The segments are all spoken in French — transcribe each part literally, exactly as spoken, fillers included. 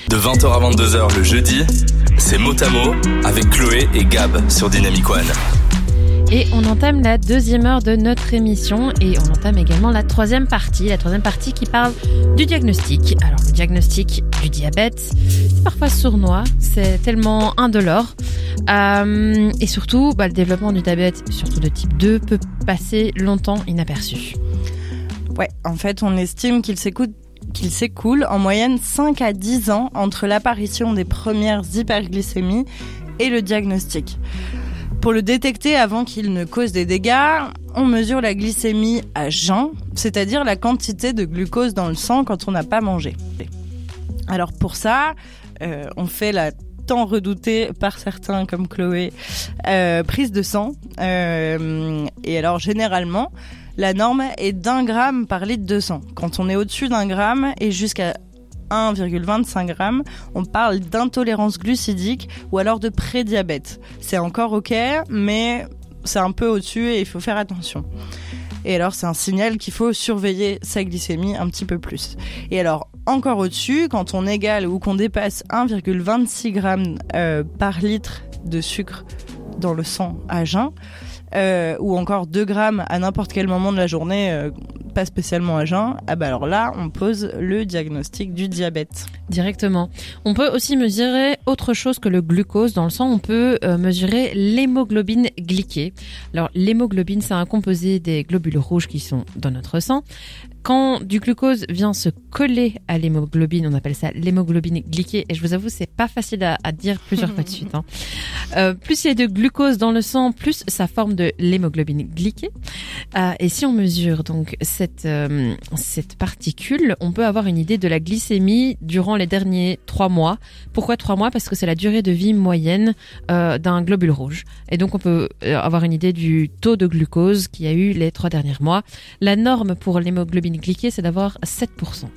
De vingt heures à vingt-deux heures le jeudi, c'est mot à mot avec Chloé et Gab sur Dynamic One. Et on entame la deuxième heure de notre émission et on entame également la troisième partie, la troisième partie qui parle du diagnostic. Alors le diagnostic du diabète, c'est parfois sournois, c'est tellement indolore euh, et surtout bah, le développement du diabète, surtout de type deux, peut passer longtemps inaperçu. Ouais, en fait on estime qu'il s'écoute qu'il s'écoule en moyenne cinq à dix ans entre l'apparition des premières hyperglycémies et le diagnostic. Pour le détecter avant qu'il ne cause des dégâts, on mesure la glycémie à jeun, c'est-à-dire la quantité de glucose dans le sang quand on n'a pas mangé. Alors pour ça, euh, on fait la tant redoutée par certains comme Chloé, euh, prise de sang. Euh, et alors généralement, la norme est d'un gramme par litre de sang. Quand on est au-dessus d'un gramme et jusqu'à un virgule vingt-cinq grammes, on parle d'intolérance glucidique ou alors de prédiabète. C'est encore ok, mais c'est un peu au-dessus et il faut faire attention. Et alors, c'est un signal qu'il faut surveiller sa glycémie un petit peu plus. Et alors, encore au-dessus, quand on égale ou qu'on dépasse un virgule vingt-six grammes euh, par litre de sucre dans le sang à jeun, euh, ou encore deux grammes à n'importe quel moment de la journée, euh, pas spécialement à jeun, ah bah alors là, on pose le diagnostic du diabète. Directement. On peut aussi mesurer autre chose que le glucose dans le sang. On peut euh, mesurer l'hémoglobine glyquée. Alors, l'hémoglobine, c'est un composé des globules rouges qui sont dans notre sang. Quand du glucose vient se coller à l'hémoglobine, on appelle ça l'hémoglobine glyquée. Et je vous avoue, c'est pas facile à, à dire plusieurs fois de suite. Hein. Euh, plus il y a de glucose dans le sang, plus ça forme de l'hémoglobine glyquée. Euh, et si on mesure donc cette euh, cette particule, on peut avoir une idée de la glycémie durant les derniers trois mois. Pourquoi trois mois ? Parce que c'est la durée de vie moyenne euh, d'un globule rouge. Et donc on peut avoir une idée du taux de glucose qu'il y a eu les trois derniers mois. La norme pour l'hémoglobine glyquée, c'est d'avoir sept pour cent.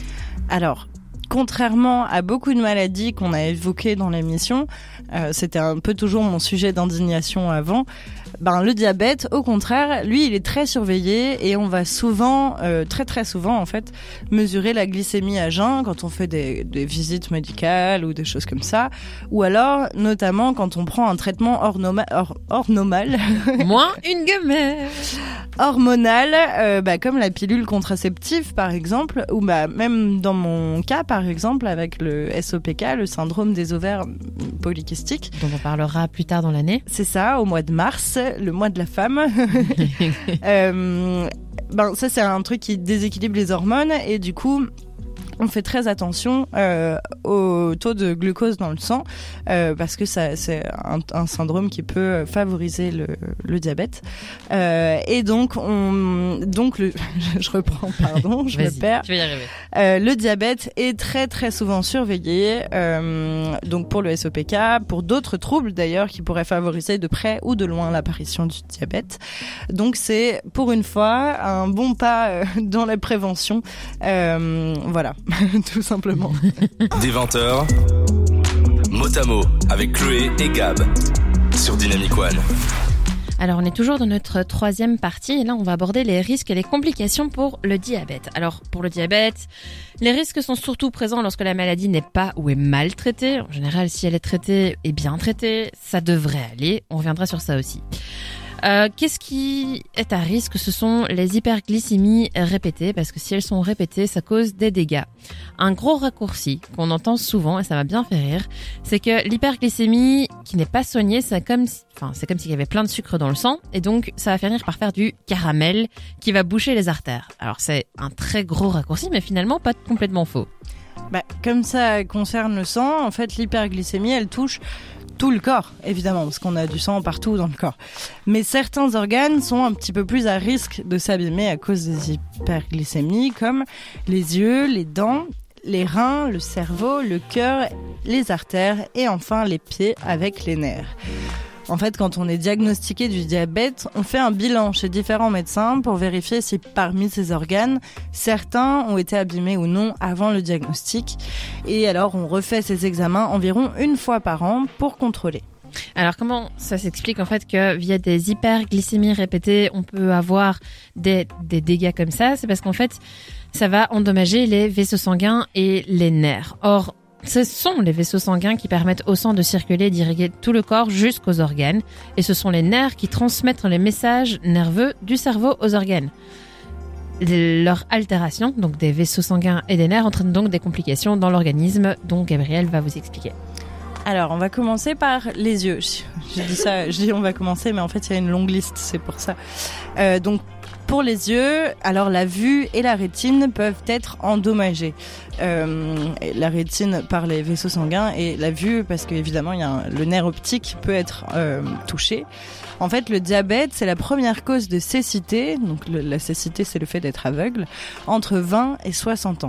Alors, contrairement à beaucoup de maladies qu'on a évoquées dans l'émission, euh, c'était un peu toujours mon sujet d'indignation avant, ben, le diabète, au contraire, lui, il est très surveillé et on va souvent, euh, très très souvent en fait, mesurer la glycémie à jeun quand on fait des, des visites médicales ou des choses comme ça, ou alors notamment quand on prend un traitement ornoma, or, hormonal. Moins une gamelle. Hormonal, euh, bah, comme la pilule contraceptive par exemple, ou bah, même dans mon cas par exemple avec le S O P K, le syndrome des ovaires polykystiques. Dont on parlera plus tard dans l'année. C'est ça, au mois de mars, le mois de la femme. euh, ben, ça c'est un truc qui déséquilibre les hormones et du coup on fait très attention euh, au taux de glucose dans le sang euh, parce que ça, c'est un, un syndrome qui peut favoriser le, le diabète. Euh, et donc, on, donc le, je reprends, pardon, je me perds. Tu vas y arriver. Euh, le diabète est très très souvent surveillé. Euh, donc pour le S O P K, pour d'autres troubles d'ailleurs qui pourraient favoriser de près ou de loin l'apparition du diabète. Donc c'est pour une fois un bon pas euh, dans la prévention. Euh, voilà. Tout simplement. Dès vingt heures, mot à mot avec Chloé et Gab sur Dynamic One. Alors, on est toujours dans notre troisième partie et là, on va aborder les risques et les complications pour le diabète. Alors, pour le diabète, les risques sont surtout présents lorsque la maladie n'est pas ou est mal traitée. En général, si elle est traitée et bien traitée, ça devrait aller. On reviendra sur ça aussi. Euh, qu'est-ce qui est à risque ? Ce sont les hyperglycémies répétées, parce que si elles sont répétées, ça cause des dégâts. Un gros raccourci qu'on entend souvent, et ça m'a bien fait rire, c'est que l'hyperglycémie qui n'est pas soignée, c'est comme, si, enfin, c'est comme s'il y avait plein de sucre dans le sang, et donc ça va finir par faire du caramel qui va boucher les artères. Alors c'est un très gros raccourci, mais finalement pas complètement faux. Bah, comme ça concerne le sang, en fait l'hyperglycémie, elle touche tout le corps, évidemment, parce qu'on a du sang partout dans le corps. Mais certains organes sont un petit peu plus à risque de s'abîmer à cause des hyperglycémies, comme les yeux, les dents, les reins, le cerveau, le cœur, les artères et enfin les pieds avec les nerfs. En fait, quand on est diagnostiqué du diabète, on fait un bilan chez différents médecins pour vérifier si parmi ces organes, certains ont été abîmés ou non avant le diagnostic. Et alors, on refait ces examens environ une fois par an pour contrôler. Alors comment ça s'explique en fait que via des hyperglycémies répétées, on peut avoir des, des dégâts comme ça ? C'est parce qu'en fait, ça va endommager les vaisseaux sanguins et les nerfs. Or, Ce sont les vaisseaux sanguins qui permettent au sang de circuler et d'irriguer tout le corps jusqu'aux organes. Et ce sont les nerfs qui transmettent les messages nerveux du cerveau aux organes. Leur altération, donc des vaisseaux sanguins et des nerfs, entraîne donc des complications dans l'organisme, dont Gabriel va vous expliquer. Alors, on va commencer par les yeux. J'ai dit ça, je dis on va commencer, mais en fait, il y a une longue liste, c'est pour ça. Euh, donc, pour les yeux, alors la vue et la rétine peuvent être endommagées. Euh, la rétine par les vaisseaux sanguins et la vue parce qu'évidemment, il y a un, le nerf optique peut être euh, touché. En fait, le diabète, c'est la première cause de cécité. Donc, le, la cécité, c'est le fait d'être aveugle, entre vingt et soixante ans.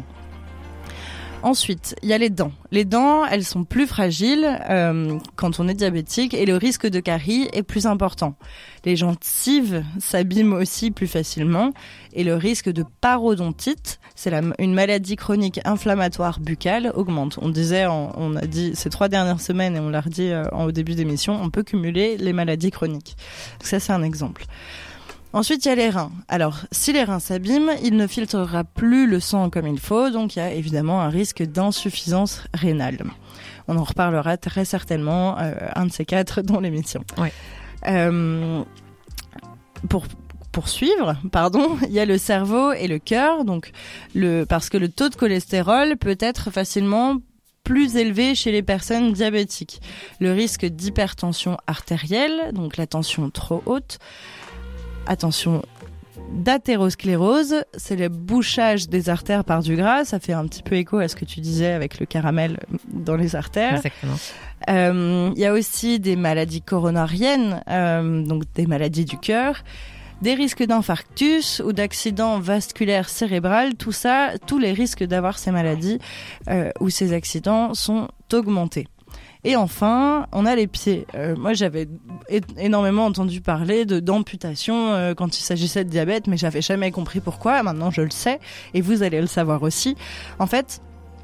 Ensuite, il y a les dents. Les dents, elles sont plus fragiles euh, quand on est diabétique et le risque de carie est plus important. Les gencives s'abîment aussi plus facilement et le risque de parodontite, c'est la, une maladie chronique inflammatoire buccale, augmente. On disait, on, on a dit ces trois dernières semaines et on l'a redit euh, au début d'émission, on peut cumuler les maladies chroniques. Donc ça, c'est un exemple. Ensuite, il y a les reins. Alors, si les reins s'abîment, il ne filtrera plus le sang comme il faut, donc il y a évidemment un risque d'insuffisance rénale. On en reparlera très certainement, euh, un de ces quatre, dans l'émission. Oui. Euh, pour poursuivre, pardon, il y a le cerveau et le cœur, donc le parce que le taux de cholestérol peut être facilement plus élevé chez les personnes diabétiques. Le risque d'hypertension artérielle, donc la tension trop haute. Attention, d'athérosclérose, c'est le bouchage des artères par du gras. Ça fait un petit peu écho à ce que tu disais avec le caramel dans les artères. Exactement. Euh, il y a aussi des maladies coronariennes, euh, donc des maladies du cœur, des risques d'infarctus ou d'accident vasculaire cérébral. Tout ça, tous les risques d'avoir ces maladies euh, ou ces accidents sont augmentés. Et enfin, on a les pieds. Euh, moi, j'avais é- énormément entendu parler de d'amputation euh, quand il s'agissait de diabète, mais j'avais jamais compris pourquoi. Maintenant, je le sais, et vous allez le savoir aussi. En fait,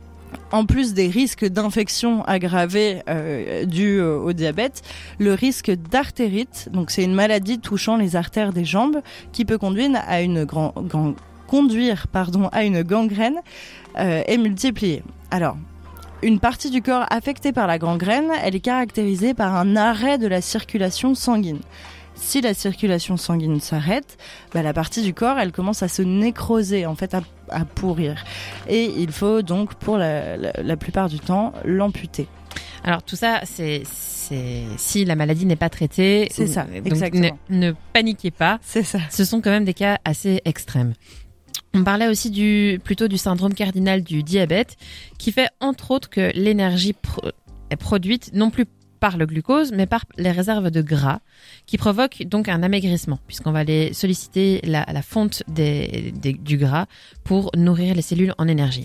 en plus des risques d'infection aggravés euh, dus euh, au diabète, le risque d'artérite, donc c'est une maladie touchant les artères des jambes, qui peut conduire à une grand, grand, conduire, pardon, à une gangrène, euh, est multiplié. Alors. Une partie du corps affectée par la gangrène, elle est caractérisée par un arrêt de la circulation sanguine. Si la circulation sanguine s'arrête, bah la partie du corps, elle commence à se nécroser, en fait, à, à pourrir. Et il faut donc, pour la, la, la plupart du temps, l'amputer. Alors tout ça, c'est, c'est si la maladie n'est pas traitée. C'est ça, donc exactement. Ne, ne paniquez pas. C'est ça. Ce sont quand même des cas assez extrêmes. On parlait aussi du, plutôt du syndrome cardinal du diabète, qui fait entre autres que l'énergie pro- est produite non plus par le glucose, mais par les réserves de gras, qui provoquent donc un amaigrissement, puisqu'on va aller solliciter la, la fonte des, des, du gras pour nourrir les cellules en énergie.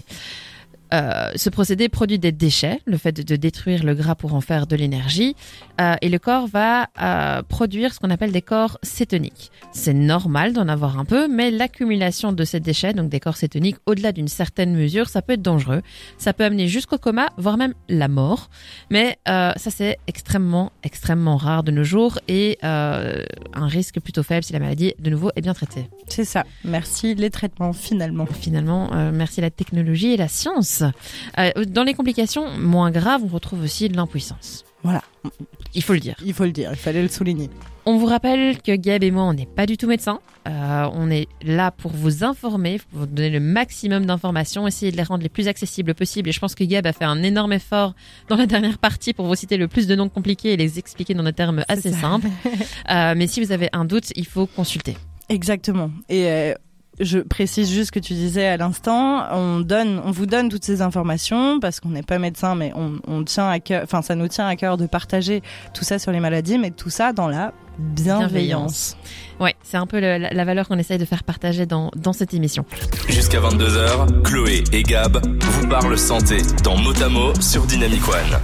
Euh, ce procédé produit des déchets, le fait de, de détruire le gras pour en faire de l'énergie, euh, et le corps va euh, produire ce qu'on appelle des corps cétoniques. C'est normal d'en avoir un peu, mais l'accumulation de ces déchets, donc des corps cétoniques, au-delà d'une certaine mesure, ça peut être dangereux. Ça peut amener jusqu'au coma, voire même la mort. Mais euh, ça, c'est extrêmement, extrêmement rare de nos jours et euh, un risque plutôt faible si la maladie, de nouveau, est bien traitée. C'est ça. Merci les traitements, finalement. Finalement, euh, merci la technologie et la science. Euh, dans les complications moins graves, on retrouve aussi de l'impuissance. Voilà. Il faut le dire. Il faut le dire, il fallait le souligner. On vous rappelle que Gab et moi, on n'est pas du tout médecins. Euh, on est là pour vous informer, pour vous donner le maximum d'informations, essayer de les rendre les plus accessibles possibles. Et je pense que Gab a fait un énorme effort dans la dernière partie pour vous citer le plus de noms compliqués et les expliquer dans des termes assez simples. euh, mais si vous avez un doute, il faut consulter. Exactement. Et euh, je précise juste ce que tu disais à l'instant. On donne, on vous donne toutes ces informations parce qu'on n'est pas médecin, mais on, on tient à cœur, enfin, ça nous tient à cœur de partager tout ça sur les maladies, mais tout ça dans la bienveillance. bienveillance. Ouais, c'est un peu le, la, la valeur qu'on essaye de faire partager dans, dans cette émission. Jusqu'à vingt-deux heures, Chloé et Gab vous parlent santé dans Motamo sur Dynamic One.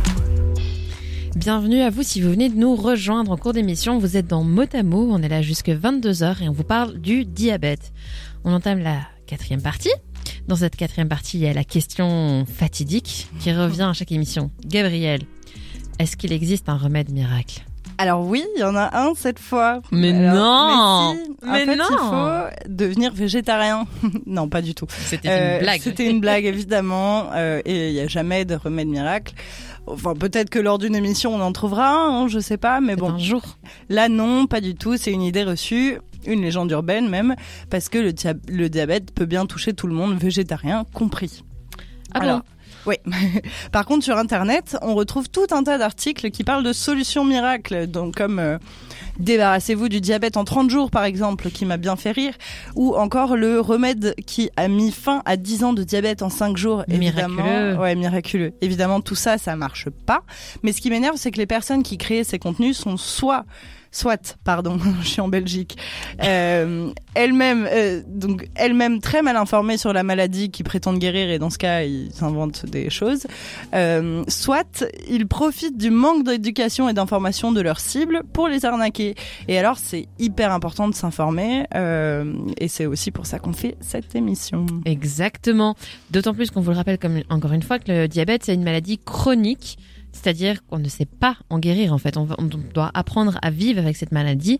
Bienvenue à vous si vous venez de nous rejoindre en cours d'émission. Vous êtes dans Motamo, on est là jusqu'à vingt-deux heures et on vous parle du diabète. On entame la quatrième partie. Dans cette quatrième partie, il y a la question fatidique qui revient à chaque émission. Gabriel, est-ce qu'il existe un remède miracle ? Alors oui, il y en a un cette fois. Mais Alors, non. Mais, si. Mais en fait, non. il faut devenir végétarien. Non, pas du tout. C'était Euh, une blague. C'était une blague, évidemment. Euh, et il n'y a jamais de remède miracle. Enfin, peut-être que lors d'une émission, on en trouvera un, hein, je sais pas. Mais C'est bon, un jour. là, non, pas du tout. C'est une idée reçue, une légende urbaine même, parce que le, dia- le diabète peut bien toucher tout le monde, végétarien compris. Ah bon. Alors, oui. Par contre, sur Internet, on retrouve tout un tas d'articles qui parlent de solutions miracles, donc comme euh, débarrassez-vous du diabète en trente jours, par exemple, qui m'a bien fait rire, ou encore le remède qui a mis fin à dix ans de diabète en cinq jours. Évidemment, Miraculeux. ouais, miraculeux. Évidemment, tout ça, ça marche pas. Mais ce qui m'énerve, c'est que les personnes qui créent ces contenus sont soit Soit, pardon, je suis en Belgique. Euh, elle-même, euh, donc elle-même très mal informée sur la maladie qui prétendent guérir, et dans ce cas, ils inventent des choses. Euh, soit, ils profitent du manque d'éducation et d'information de leur cible pour les arnaquer. Et alors, c'est hyper important de s'informer, euh, et c'est aussi pour ça qu'on fait cette émission. Exactement. D'autant plus qu'on vous le rappelle, comme encore une fois, que le diabète, c'est une maladie chronique. C'est-à-dire qu'on ne sait pas en guérir, en fait. On, va, on doit apprendre à vivre avec cette maladie.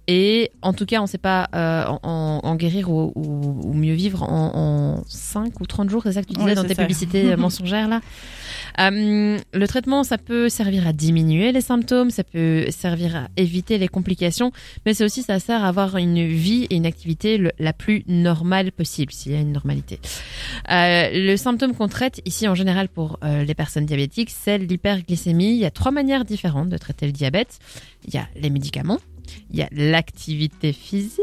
Et en tout cas, on ne sait pas euh, en, en guérir ou, ou, ou mieux vivre en, en cinq ou trente jours. C'est ça que tu disais Oui, dans c'est tes ça. publicités mensongères, là. Euh, le traitement, ça peut servir à diminuer les symptômes, ça peut servir à éviter les complications, mais c'est aussi, ça sert à avoir une vie et une activité le, la plus normale possible, s'il y a une normalité. Euh, le symptôme qu'on traite ici en général pour euh, les personnes diabétiques, c'est l'hyperglycémie. Il y a trois manières différentes de traiter le diabète. Il y a les médicaments, il y a l'activité physique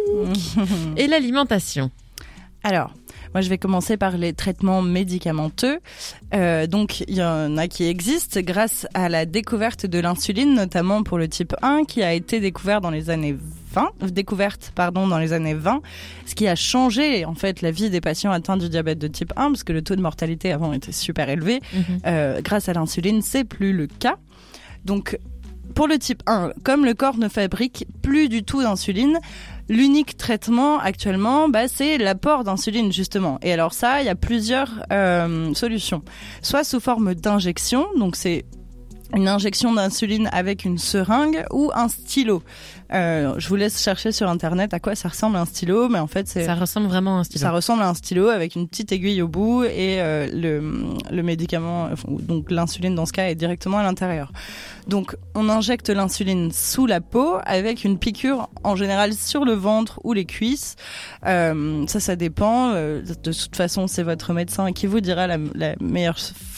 et l'alimentation. Alors, moi je vais commencer par les traitements médicamenteux. Euh, donc il y en a qui existent grâce à la découverte de l'insuline, notamment pour le type un, qui a été découvert dans les années vingt, découverte pardon, dans les années vingt, ce qui a changé en fait la vie des patients atteints du diabète de type un, parce que le taux de mortalité avant était super élevé. Mmh. Euh, grâce à l'insuline, c'est plus le cas. Donc pour le type un, comme le corps ne fabrique plus du tout d'insuline, l'unique traitement actuellement, bah, c'est l'apport d'insuline, justement. Et alors ça, il y a plusieurs euh, solutions. Soit sous forme d'injection, donc c'est une injection d'insuline avec une seringue, ou un stylo. Euh, je vous laisse chercher sur Internet à quoi ça ressemble un stylo, mais en fait, c'est... Ça ressemble vraiment à un stylo. Ça ressemble à un stylo avec une petite aiguille au bout, et euh, le, le médicament, donc l'insuline dans ce cas, est directement à l'intérieur. Donc on injecte l'insuline sous la peau avec une piqûre en général sur le ventre ou les cuisses. Euh, ça, ça dépend. Euh, de toute façon, c'est votre médecin qui vous dira la, la meilleure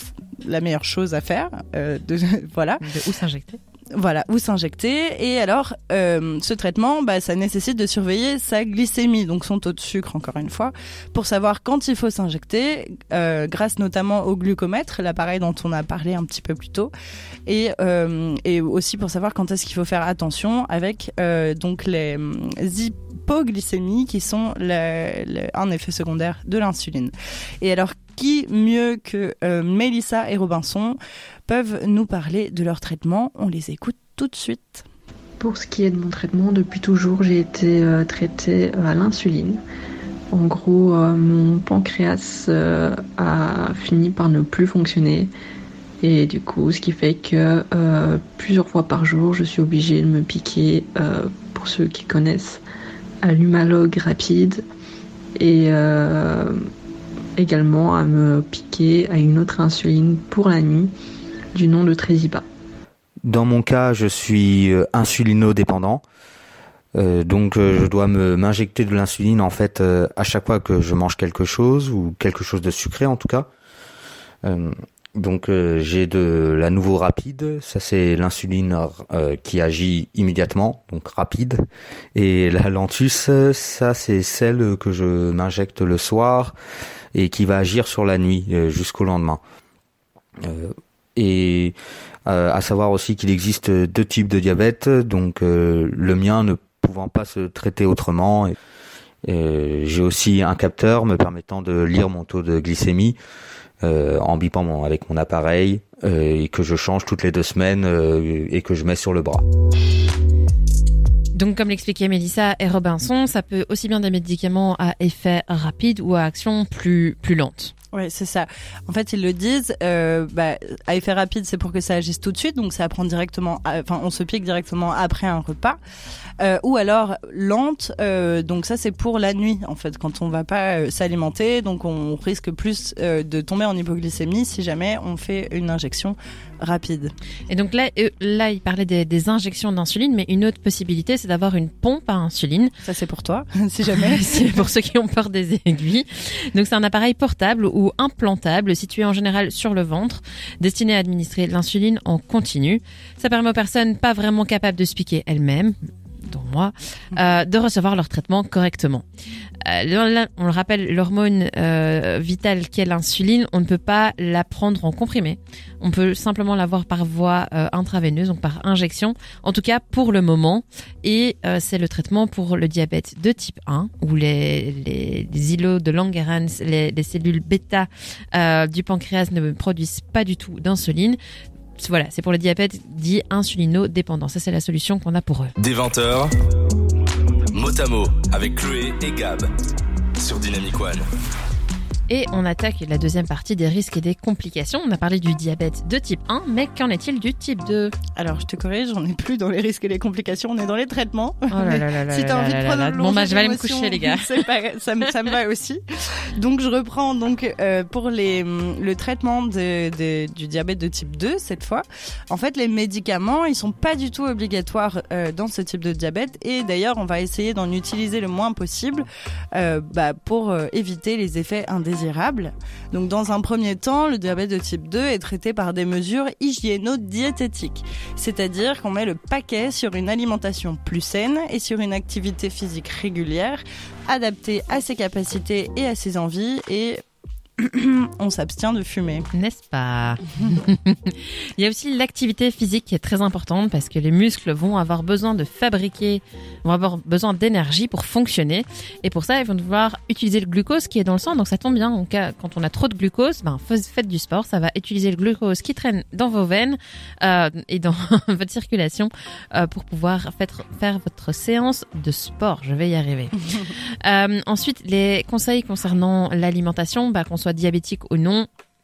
la meilleure chose à faire. Euh, de, voilà. De où s'injecter. Voilà, où s'injecter. Et alors, euh, ce traitement, bah, ça nécessite de surveiller sa glycémie, donc son taux de sucre, encore une fois, pour savoir quand il faut s'injecter, euh, grâce notamment au glucomètre, l'appareil dont on a parlé un petit peu plus tôt, et, euh, et aussi pour savoir quand est-ce qu'il faut faire attention avec euh, donc les hypoglycémies, qui sont le, le, un effet secondaire de l'insuline. Et alors, qui mieux que euh, Mélissa et Robinson peuvent nous parler de leur traitement? On les écoute tout de suite. Pour ce qui est de mon traitement, depuis toujours, j'ai été euh, traitée à l'insuline. En gros, euh, mon pancréas euh, a fini par ne plus fonctionner. Et du coup, ce qui fait que euh, plusieurs fois par jour, je suis obligée de me piquer, euh, pour ceux qui connaissent, à l'humalogue rapide. Et... Euh, également à me piquer à une autre insuline pour la nuit du nom de Tresiba. Dans mon cas, je suis euh, insulinodépendant, euh, donc euh, je dois me m'injecter de l'insuline en fait euh, à chaque fois que je mange quelque chose ou quelque chose de sucré en tout cas. Euh, donc euh, j'ai de la nouveau rapide, ça c'est l'insuline euh, qui agit immédiatement, donc rapide, et la Lantus, ça c'est celle que je m'injecte le soir et qui va agir sur la nuit euh, jusqu'au lendemain. Euh, et euh, à savoir aussi qu'il existe deux types de diabète, donc euh, le mien ne pouvant pas se traiter autrement. Et, et j'ai aussi un capteur me permettant de lire mon taux de glycémie euh, en bipant mon, avec mon appareil euh, et que je change toutes les deux semaines euh, et que je mets sur le bras. Donc, comme l'expliquait Mélissa et Robinson, ça peut aussi bien des médicaments à effet rapide ou à action plus, plus lente. Ouais, c'est ça. En fait, ils le disent, euh, bah, à effet rapide, c'est pour que ça agisse tout de suite, donc ça prend directement, enfin, on se pique directement après un repas. Euh, ou alors lente, euh, donc ça c'est pour la nuit en fait, quand on va pas euh, s'alimenter, donc on risque plus euh, de tomber en hypoglycémie si jamais on fait une injection rapide. Et donc là, euh, là il parlait des, des injections d'insuline, mais une autre possibilité c'est d'avoir une pompe à insuline. Ça c'est pour toi, si jamais. C'est pour ceux qui ont peur des aiguilles. Donc c'est un appareil portable ou implantable situé en général sur le ventre, destiné à administrer l'insuline en continu. Ça permet aux personnes pas vraiment capables de se piquer elles-mêmes, dont moi, euh, de recevoir leur traitement correctement. Euh, là, on le rappelle, l'hormone euh, vitale qu'est l'insuline, on ne peut pas la prendre en comprimé. On peut simplement l'avoir par voie euh, intraveineuse, donc par injection, en tout cas pour le moment. Et euh, c'est le traitement pour le diabète de type un, où les, les, les îlots de Langerhans, les, les cellules bêta euh, du pancréas ne produisent pas du tout d'insuline. Voilà, c'est pour le diabète dit insulino-dépendant. Ça, c'est la solution qu'on a pour eux. Des vingt heures, mot à mot, avec Chloé et Gab, sur Dynamic One. Et on attaque la deuxième partie des risques et des complications. On a parlé du diabète de type un, mais qu'en est-il du type deux ? Alors, je te corrige, on n'est plus dans les risques et les complications, on est dans les traitements. Oh là là là là si t'as envie de prendre bon, bah, je vais aller me coucher, les gars. C'est pas, ça, me, ça me va aussi. Donc, je reprends donc euh, pour les, le traitement de, de, du diabète de type deux, cette fois. En fait, les médicaments, ils sont pas du tout obligatoires euh, dans ce type de diabète. Et d'ailleurs, on va essayer d'en utiliser le moins possible euh, bah, pour euh, éviter les effets indésirables. Donc dans un premier temps, le diabète de type deux est traité par des mesures hygiéno-diététiques, c'est-à-dire qu'on met le paquet sur une alimentation plus saine et sur une activité physique régulière, adaptée à ses capacités et à ses envies, et on s'abstient de fumer. N'est-ce pas ? Il y a aussi l'activité physique qui est très importante parce que les muscles vont avoir besoin de fabriquer, vont avoir besoin d'énergie pour fonctionner. Et pour ça, ils vont devoir utiliser le glucose qui est dans le sang. Donc ça tombe bien. En cas, quand on a trop de glucose, ben, faites du sport. Ça va utiliser le glucose qui traîne dans vos veines euh, et dans votre circulation euh, pour pouvoir faire, faire votre séance de sport. Je vais y arriver. euh, ensuite, les conseils concernant l'alimentation, bah, qu'on soit diabétique ou non,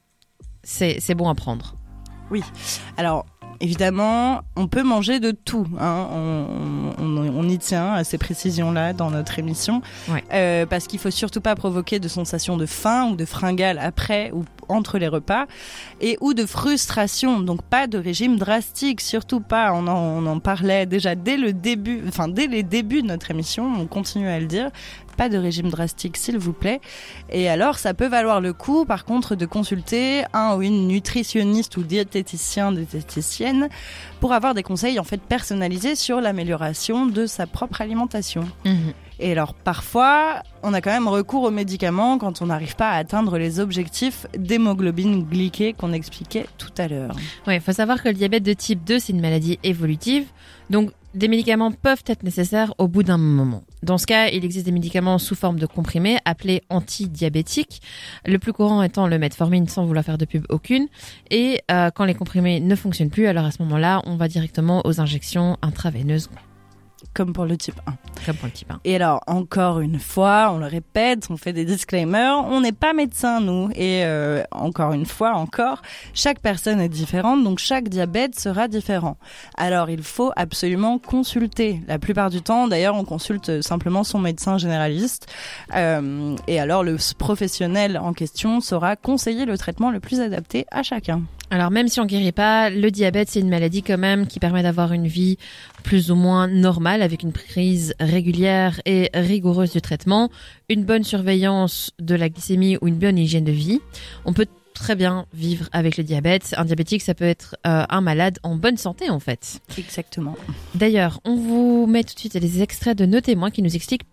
c'est, c'est bon à prendre. Oui. Alors, évidemment, on peut manger de tout. Hein. On, on, on y tient à ces précisions-là dans notre émission. Ouais. Euh, parce qu'il ne faut surtout pas provoquer de sensation de faim ou de fringale après ou entre les repas, et ou de frustration. Donc pas de régime drastique, surtout pas. On en, on en parlait déjà dès le début, enfin dès les débuts de notre émission, on continue à le dire. Pas de régime drastique, s'il vous plaît. Et alors, ça peut valoir le coup, par contre, de consulter un ou une nutritionniste ou diététicien, diététicienne, pour avoir des conseils en fait personnalisés sur l'amélioration de sa propre alimentation. Mmh. Et alors, parfois, on a quand même recours aux médicaments quand on n'arrive pas à atteindre les objectifs d'hémoglobine glyquée qu'on expliquait tout à l'heure. Oui, il faut savoir que le diabète de type deux, c'est une maladie évolutive. Donc, des médicaments peuvent être nécessaires au bout d'un moment. Dans ce cas, il existe des médicaments sous forme de comprimés appelés antidiabétiques. Le plus courant étant le metformine, sans vouloir faire de pub aucune. Et euh, quand les comprimés ne fonctionnent plus, alors à ce moment-là, on va directement aux injections intraveineuses. Comme pour le type un. Comme pour le type un. Et alors, encore une fois, on le répète, on fait des disclaimers, on n'est pas médecin, nous. Et euh, encore une fois, encore, chaque personne est différente, donc chaque diabète sera différent. Alors, il faut absolument consulter. La plupart du temps, d'ailleurs, on consulte simplement son médecin généraliste. Euh, et alors, le professionnel en question saura conseiller le traitement le plus adapté à chacun. Alors même si on guérit pas, le diabète c'est une maladie quand même qui permet d'avoir une vie plus ou moins normale avec une prise régulière et rigoureuse du traitement, une bonne surveillance de la glycémie ou une bonne hygiène de vie. On peut très bien vivre avec le diabète. Un diabétique, ça peut être euh, un malade en bonne santé en fait. Exactement. D'ailleurs, on vous met tout de suite des extraits de nos témoins qui nous expliquent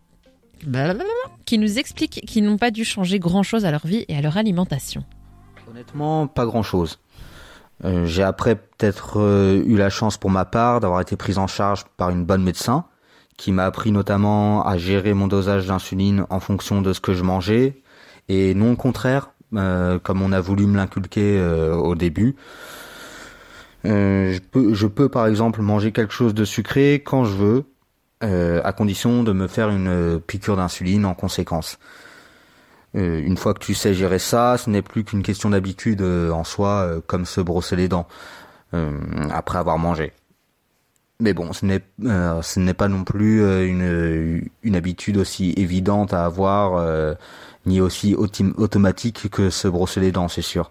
qui nous expliquent qu'ils n'ont pas dû changer grand-chose à leur vie et à leur alimentation. Honnêtement, pas grand-chose. Euh, j'ai après peut-être euh, eu la chance pour ma part d'avoir été prise en charge par une bonne médecin qui m'a appris notamment à gérer mon dosage d'insuline en fonction de ce que je mangeais et non au contraire, euh, comme on a voulu me l'inculquer euh, au début. Euh, je peux, je peux par exemple manger quelque chose de sucré quand je veux, euh, à condition de me faire une piqûre d'insuline en conséquence. Euh, une fois que tu sais gérer ça, ce n'est plus qu'une question d'habitude euh, en soi, euh, comme se brosser les dents euh, après avoir mangé. Mais bon, ce n'est, euh, ce n'est pas non plus euh, une, une habitude aussi évidente à avoir, euh, ni aussi autim- automatique que se brosser les dents, c'est sûr.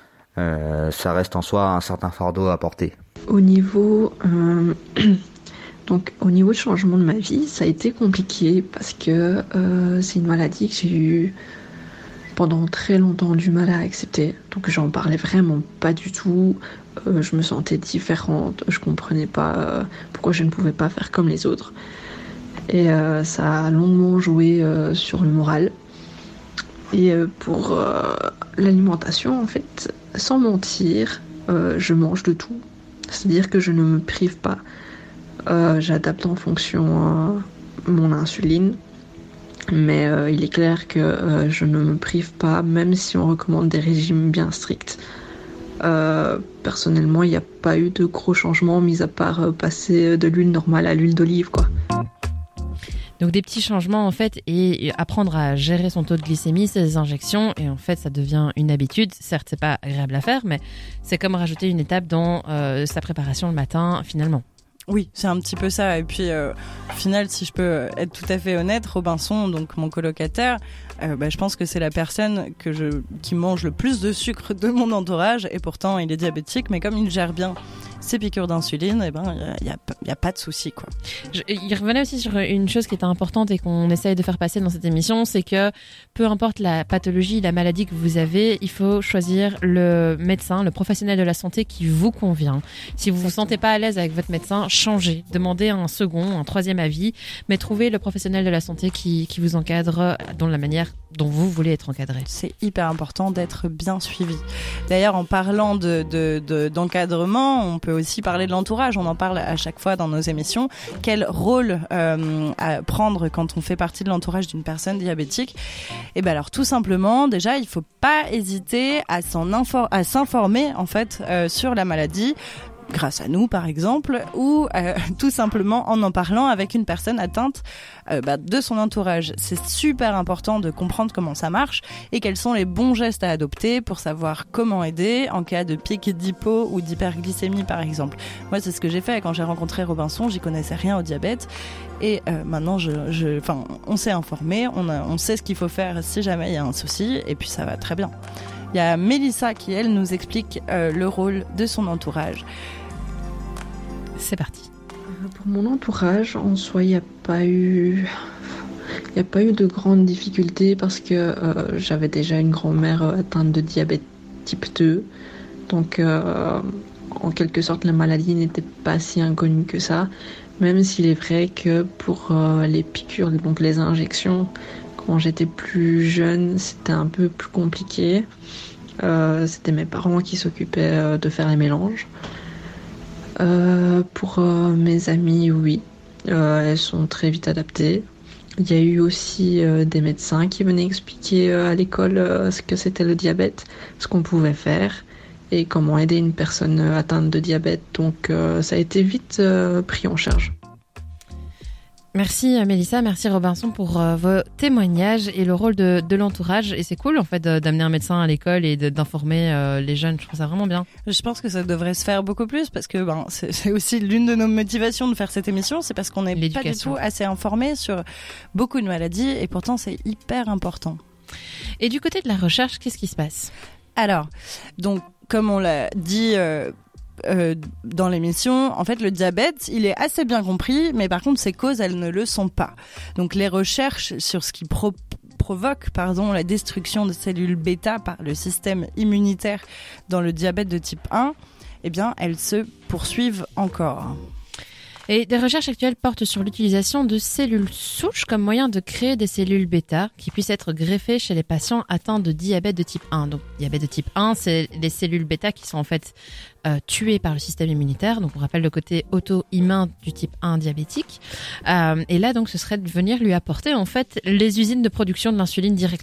Euh, ça reste en soi un certain fardeau à porter. Au niveau, euh, donc, au niveau de changement de ma vie, ça a été compliqué parce que euh, c'est une maladie que j'ai eu pendant très longtemps du mal à accepter. Donc j'en parlais vraiment pas du tout. Euh, je me sentais différente. Je comprenais pas euh, pourquoi je ne pouvais pas faire comme les autres. Et euh, ça a longuement joué euh, sur le moral. Et euh, pour euh, l'alimentation, en fait, sans mentir, euh, je mange de tout. C'est-à-dire que je ne me prive pas. Euh, j'adapte en fonction euh, mon insuline. Mais euh, il est clair que euh, je ne me prive pas, même si on recommande des régimes bien stricts. Euh, personnellement, il n'y a pas eu de gros changements, mis à part euh, passer de l'huile normale à l'huile d'olive, quoi. Donc des petits changements en fait et apprendre à gérer son taux de glycémie, ses injections et en fait ça devient une habitude. Certes c'est pas agréable à faire mais c'est comme rajouter une étape dans euh, sa préparation le matin finalement. Oui, c'est un petit peu ça. Et puis, euh, au final, si je peux être tout à fait honnête, Robinson, donc mon colocataire, euh, bah, je pense que c'est la personne que je, qui mange le plus de sucre de mon entourage. Et pourtant, il est diabétique, mais comme il gère bien ses piqûres d'insuline, eh ben, il n'y a, a, a pas de souci, quoi. Je, il revenait aussi sur une chose qui était importante et qu'on essaye de faire passer dans cette émission, c'est que peu importe la pathologie, la maladie que vous avez, il faut choisir le médecin, le professionnel de la santé qui vous convient. Si vous vous sentez pas à l'aise avec votre médecin, changez, demandez un second, un troisième avis, mais trouvez le professionnel de la santé qui, qui vous encadre dans la manière dont vous voulez être encadré. C'est hyper important d'être bien suivi. D'ailleurs, en parlant de, de, de, d'encadrement, on peut aussi parler de l'entourage. On en parle à chaque fois dans nos émissions. Quel rôle euh, à prendre quand on fait partie de l'entourage d'une personne diabétique ? Et ben alors, tout simplement, déjà, il faut pas hésiter à, s'en infor- à s'informer en fait euh, sur la maladie. Grâce à nous par exemple, ou euh, tout simplement en en parlant avec une personne atteinte euh, bah, de son entourage. C'est super important de comprendre comment ça marche et quels sont les bons gestes à adopter pour savoir comment aider en cas de pic d'hypo ou d'hyperglycémie par exemple. Moi c'est ce que j'ai fait quand j'ai rencontré Robinson, j'y connaissais rien au diabète et euh, maintenant je, je, enfin, on s'est informé, on, a, on sait ce qu'il faut faire si jamais il y a un souci et puis ça va très bien. Il y a Mélissa qui, elle, nous explique euh, le rôle de son entourage. C'est parti. Pour mon entourage, en soi, il n'y a pas eu... Il n'y a pas eu de grandes difficultés parce que euh, j'avais déjà une grand-mère atteinte de diabète type deux. Donc, euh, en quelque sorte, la maladie n'était pas si inconnue que ça. Même s'il est vrai que pour euh, les piqûres, donc les injections, quand j'étais plus jeune, c'était un peu plus compliqué. Euh, c'était mes parents qui s'occupaient euh, de faire les mélanges. Euh, pour euh, mes amies, oui, euh, elles sont très vite adaptées. Il y a eu aussi euh, des médecins qui venaient expliquer euh, à l'école euh, ce que c'était le diabète, ce qu'on pouvait faire et comment aider une personne atteinte de diabète. Donc euh, ça a été vite euh, pris en charge. Merci Mélissa, merci Robinson pour euh, vos témoignages et le rôle de, de l'entourage. Et c'est cool en fait de, d'amener un médecin à l'école et de, d'informer euh, les jeunes. Je trouve ça vraiment bien. Je pense que ça devrait se faire beaucoup plus parce que ben, c'est, c'est aussi l'une de nos motivations de faire cette émission. C'est parce qu'on n'est pas du tout assez informé sur beaucoup de maladies et pourtant c'est hyper important. Et du côté de la recherche, qu'est-ce qui se passe ? Alors, donc comme on l'a dit... Euh, Euh, dans l'émission, en fait, le diabète, il est assez bien compris, mais par contre, ses causes, elles ne le sont pas. Donc, les recherches sur ce qui pro- provoque, pardon, la destruction de cellules bêta par le système immunitaire dans le diabète de type un, eh bien, elles se poursuivent encore. Et des recherches actuelles portent sur l'utilisation de cellules souches comme moyen de créer des cellules bêta qui puissent être greffées chez les patients atteints de diabète de type un. Donc, diabète de type un, c'est les cellules bêta qui sont en fait euh, tuées par le système immunitaire. Donc, on rappelle le côté auto-immun du type un diabétique. Euh, et là, donc, ce serait de venir lui apporter en fait les usines de production de l'insuline directement.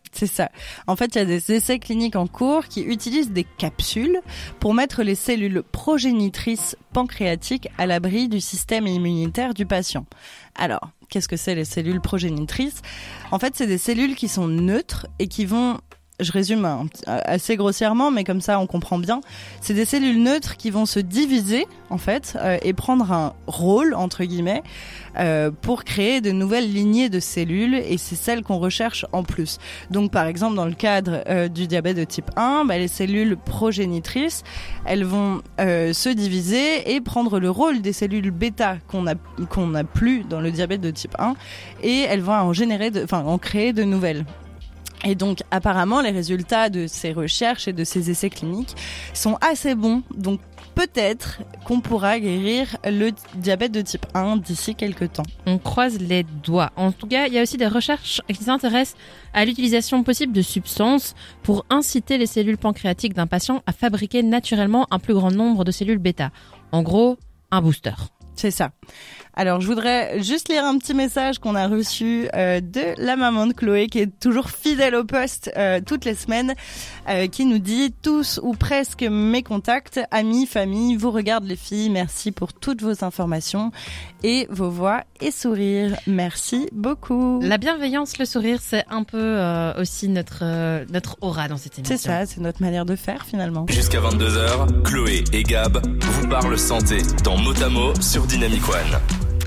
C'est ça. En fait, il y a des essais cliniques en cours qui utilisent des capsules pour mettre les cellules progénitrices pancréatiques à l'abri du système immunitaire du patient. Alors, qu'est-ce que c'est les cellules progénitrices ? En fait, c'est des cellules qui sont neutres et qui vont... Je résume un, assez grossièrement, mais comme ça on comprend bien. C'est des cellules neutres qui vont se diviser en fait euh, et prendre un rôle entre guillemets euh, pour créer de nouvelles lignées de cellules, et c'est celles qu'on recherche en plus. Donc par exemple dans le cadre euh, du diabète de type un, bah, les cellules progénitrices, elles vont euh, se diviser et prendre le rôle des cellules bêta qu'on a qu'on n'a plus dans le diabète de type un, et elles vont en générer, de, enfin en créer de nouvelles. Et donc, apparemment, les résultats de ces recherches et de ces essais cliniques sont assez bons. Donc, peut-être qu'on pourra guérir le diabète de type un d'ici quelques temps. On croise les doigts. En tout cas, il y a aussi des recherches qui s'intéressent à l'utilisation possible de substances pour inciter les cellules pancréatiques d'un patient à fabriquer naturellement un plus grand nombre de cellules bêta. En gros, un booster. C'est ça. Alors, je voudrais juste lire un petit message qu'on a reçu euh, de la maman de Chloé, qui est toujours fidèle au poste euh, toutes les semaines, euh, qui nous dit « Tous ou presque mes contacts, amis, famille, vous regardent les filles. Merci pour toutes vos informations et vos voix et sourires. Merci beaucoup. » La bienveillance, le sourire, c'est un peu euh, aussi notre, euh, notre aura dans cette émission. C'est ça, c'est notre manière de faire finalement. Jusqu'à vingt-deux heures, Chloé et Gab vous parlent santé dans Motamo sur Dynamic One.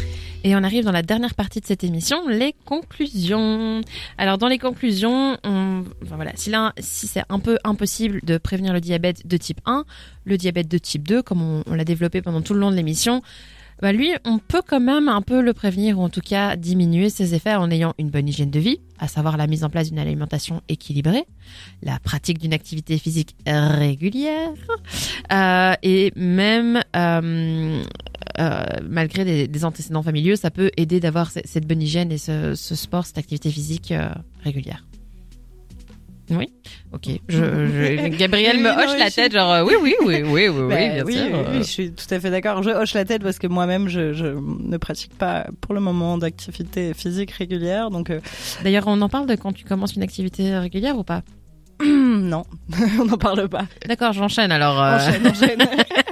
Et on arrive dans la dernière partie de cette émission, les conclusions. Alors dans les conclusions, on, enfin voilà, si, là, si c'est un peu impossible de prévenir le diabète de type un, le diabète de type deux, comme on, on l'a développé pendant tout le long de l'émission, bah lui, on peut quand même un peu le prévenir, ou en tout cas diminuer ses effets en ayant une bonne hygiène de vie, à savoir la mise en place d'une alimentation équilibrée, la pratique d'une activité physique régulière, euh, et même... Euh, Euh, malgré des, des antécédents familiaux, ça peut aider d'avoir c- cette bonne hygiène et ce, ce sport, cette activité physique euh, régulière. Oui, ok. Je, je, Gabriel me hoche la tête, genre euh, oui, oui, oui, oui, oui, bah, oui, bien oui, sûr. Oui, oui, je suis tout à fait d'accord. Je hoche la tête parce que moi-même, je, je ne pratique pas pour le moment d'activité physique régulière. Donc, euh... D'ailleurs, on en parle de quand tu commences une activité régulière ou pas ? Non, on n'en parle pas. D'accord, j'enchaîne alors. Euh... Enchaîne, enchaîne.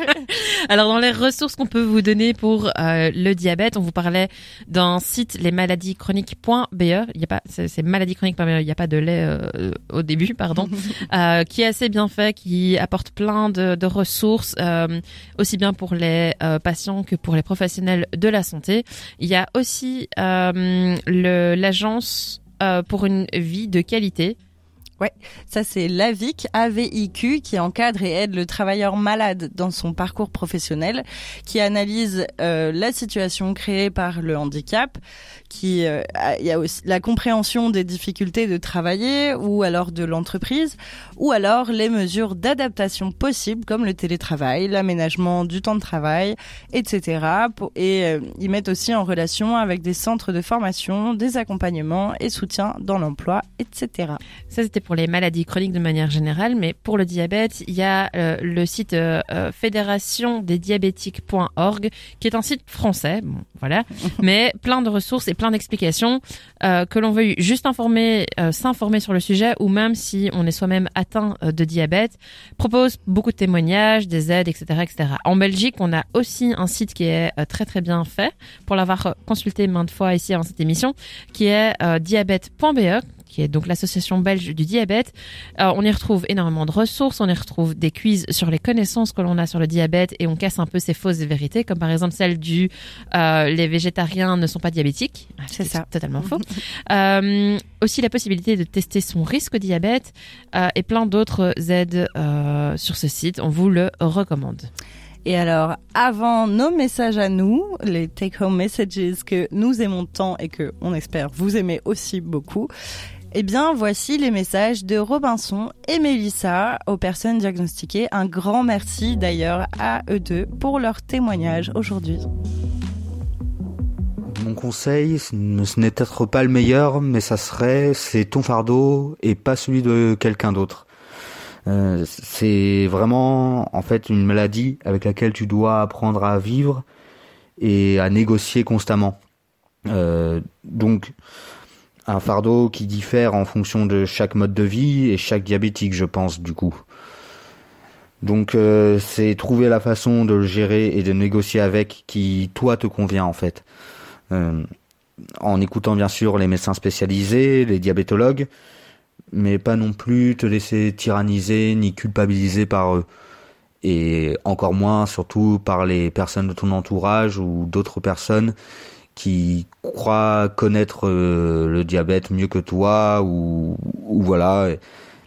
Alors dans les ressources qu'on peut vous donner pour euh, le diabète, on vous parlait d'un site les maladies chroniques point b e. Il y a pas, c'est, c'est maladies chroniques point b e. Il n'y a pas de lait euh, au début, pardon. euh, qui est assez bien fait, qui apporte plein de, de ressources, euh, aussi bien pour les euh, patients que pour les professionnels de la santé. Il y a aussi euh, le, l'agence euh, pour une vie de qualité. Ouais, ça c'est l'A V I C, A V I Q, qui encadre et aide le travailleur malade dans son parcours professionnel, qui analyse euh, la situation créée par le handicap, qui euh, il y a aussi la compréhension des difficultés de travailler ou alors de l'entreprise, ou alors les mesures d'adaptation possibles comme le télétravail, l'aménagement du temps de travail, et cetera. Et euh, ils mettent aussi en relation avec des centres de formation, des accompagnements et soutien dans l'emploi, et cetera. Ça c'était pour les maladies chroniques de manière générale, mais pour le diabète, il y a euh, le site euh, fédération des diabétiques point org, qui est un site français, bon, voilà, mais plein de ressources et plein d'explications, euh, que l'on veuille juste informer, euh, s'informer sur le sujet, ou même si on est soi-même atteint euh, de diabète, propose beaucoup de témoignages, des aides, et cetera, et cetera. En Belgique, on a aussi un site qui est euh, très très bien fait, pour l'avoir consulté maintes fois ici dans cette émission, qui est euh, diabète point b e, qui est donc l'association belge du diabète. Euh, on y retrouve énormément de ressources, on y retrouve des quiz sur les connaissances que l'on a sur le diabète, et on casse un peu ces fausses vérités, comme par exemple celle du euh, les végétariens ne sont pas diabétiques. C'est, c'est ça. Totalement faux. euh, aussi la possibilité de tester son risque diabète euh, et plein d'autres aides euh, sur ce site. On vous le recommande. Et alors, avant nos messages à nous, les take-home messages que nous aimons tant et que, on espère, vous aimez aussi beaucoup, eh bien, voici les messages de Robinson et Mélissa aux personnes diagnostiquées. Un grand merci d'ailleurs à eux deux pour leur témoignage aujourd'hui. Mon conseil, ce n'est peut-être pas le meilleur, mais ça serait, c'est ton fardeau et pas celui de quelqu'un d'autre. Euh, c'est vraiment en fait une maladie avec laquelle tu dois apprendre à vivre et à négocier constamment. Euh, donc un fardeau qui diffère en fonction de chaque mode de vie et chaque diabétique, je pense, du coup. Donc euh, c'est trouver la façon de le gérer et de négocier avec qui, toi, te convient en fait. Euh, en écoutant bien sûr les médecins spécialisés, les diabétologues, mais pas non plus te laisser tyranniser ni culpabiliser par eux. Et encore moins surtout par les personnes de ton entourage ou d'autres personnes qui croient connaître euh, le diabète mieux que toi ou, ou voilà... Et,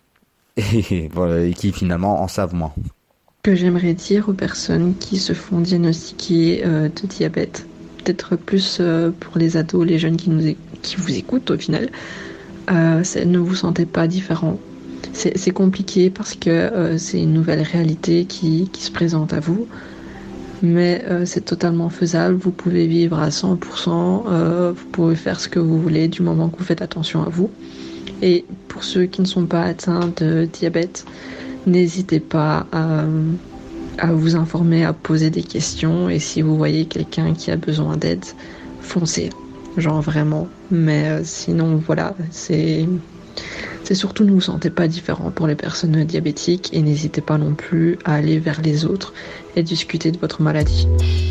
Et, voilà, et qui finalement en savent moins. Que j'aimerais dire aux personnes qui se font diagnostiquer euh, de diabète, peut-être plus euh, pour les ados, les jeunes qui, nous é- qui vous écoutent au final, euh, c'est, ne vous sentez pas différent. C'est, c'est compliqué parce que euh, c'est une nouvelle réalité qui, qui se présente à vous, mais euh, c'est totalement faisable. Vous pouvez vivre à cent pour cent, euh, vous pouvez faire ce que vous voulez du moment que vous faites attention à vous. Et pour ceux qui ne sont pas atteints de diabète, n'hésitez pas à, à vous informer, à poser des questions. Et si vous voyez quelqu'un qui a besoin d'aide, foncez. Genre vraiment. Mais euh, sinon, voilà, c'est, c'est surtout ne vous sentez pas différent pour les personnes diabétiques. Et n'hésitez pas non plus à aller vers les autres et discuter de votre maladie.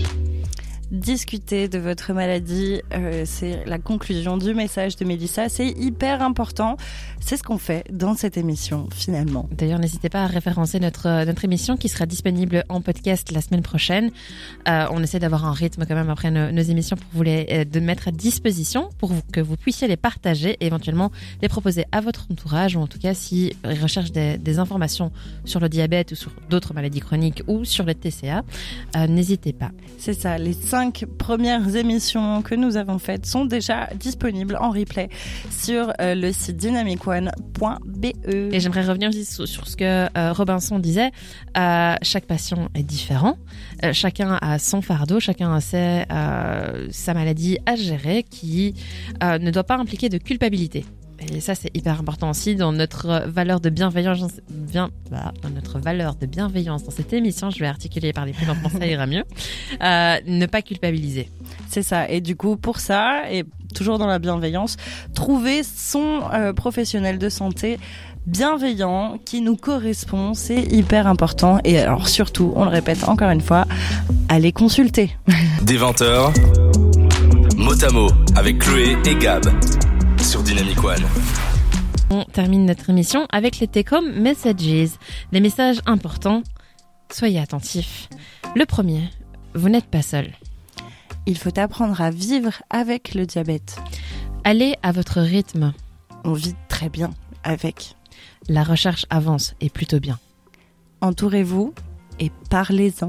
Discuter de votre maladie, euh, c'est la conclusion du message de Mélissa. C'est hyper important. C'est ce qu'on fait dans cette émission, finalement. D'ailleurs, n'hésitez pas à référencer notre, notre émission qui sera disponible en podcast la semaine prochaine. Euh, on essaie d'avoir un rythme quand même après nos, nos émissions pour vous les euh, de mettre à disposition pour vous, que vous puissiez les partager et éventuellement les proposer à votre entourage ou en tout cas s'ils recherchent des, des informations sur le diabète ou sur d'autres maladies chroniques ou sur le T C A, euh, n'hésitez pas. C'est ça, les cinq premières émissions que nous avons faites sont déjà disponibles en replay sur euh, le site dynamic one point b e. Et j'aimerais revenir aussi sur, sur ce que euh, Robinson disait. Euh, chaque patient est différent. Euh, chacun a son fardeau, chacun a ses, euh, sa maladie à gérer qui euh, ne doit pas impliquer de culpabilité. Et ça, c'est hyper important aussi dans notre valeur de bienveillance, bien, bah, dans notre valeur de bienveillance dans cette émission. Je vais articuler et parler plus lentement, ça ira mieux. Euh, ne pas culpabiliser. C'est ça. Et du coup, pour ça, et toujours dans la bienveillance, trouver son euh, professionnel de santé bienveillant qui nous correspond, c'est hyper important. Et alors surtout, on le répète encore une fois, allez consulter. Des vingt heures, mot à mot avec Chloé et Gab. Sur Dynamic One. On termine notre émission avec les Take-Home Messages. Les messages importants, soyez attentifs. Le premier, vous n'êtes pas seul. Il faut apprendre à vivre avec le diabète. Allez à votre rythme. On vit très bien avec. La recherche avance et plutôt bien. Entourez-vous et parlez-en.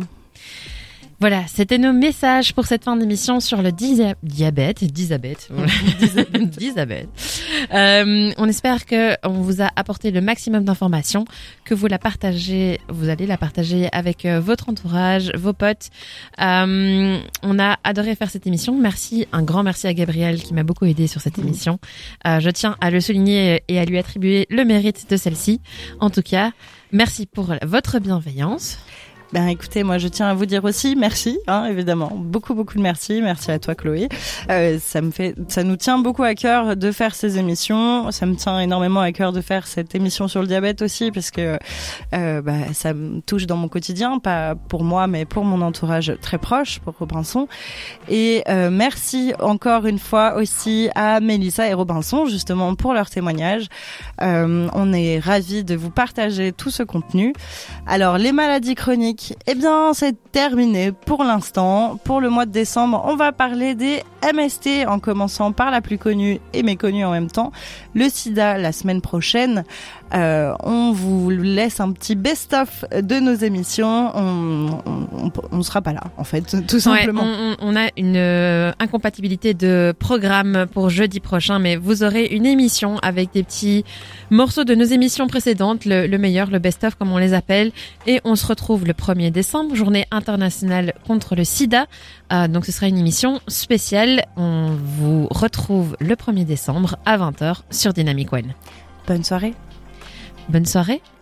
Voilà, c'était nos messages pour cette fin d'émission sur le dia- diabète, diabète, diabète. Euh, on espère que on vous a apporté le maximum d'informations, que vous la partagez, vous allez la partager avec euh, votre entourage, vos potes. Euh, on a adoré faire cette émission. Merci, un grand merci à Gabriel qui m'a beaucoup aidé sur cette émission. Euh, je tiens à le souligner et à lui attribuer le mérite de celle-ci. En tout cas, merci pour votre bienveillance. Ben écoutez, moi je tiens à vous dire aussi merci, hein, évidemment, beaucoup beaucoup de merci, merci à toi Chloé. Euh, ça me fait, ça nous tient beaucoup à cœur de faire ces émissions. Ça me tient énormément à cœur de faire cette émission sur le diabète aussi, parce que euh, bah, ça me touche dans mon quotidien, pas pour moi, mais pour mon entourage très proche, pour Robinson. Et euh, merci encore une fois aussi à Mélissa et Robinson justement pour leur témoignage. Euh, on est ravis de vous partager tout ce contenu. Alors les maladies chroniques. Eh bien, c'est terminé pour l'instant. Pour le mois de décembre, on va parler des M S T en commençant par la plus connue et méconnue en même temps, le sida la semaine prochaine. Euh, on vous laisse un petit best-of de nos émissions. On, on, on sera pas là, en fait, tout simplement. Ouais, on, on a une euh, incompatibilité de programme pour jeudi prochain, mais vous aurez une émission avec des petits morceaux de nos émissions précédentes, le, le meilleur, le best-of comme on les appelle, et on se retrouve le premier décembre, journée internationale contre le sida. Euh, donc ce sera une émission spéciale. On vous retrouve le premier décembre à vingt heures sur Dynamic One. Bonne soirée. Bonne soirée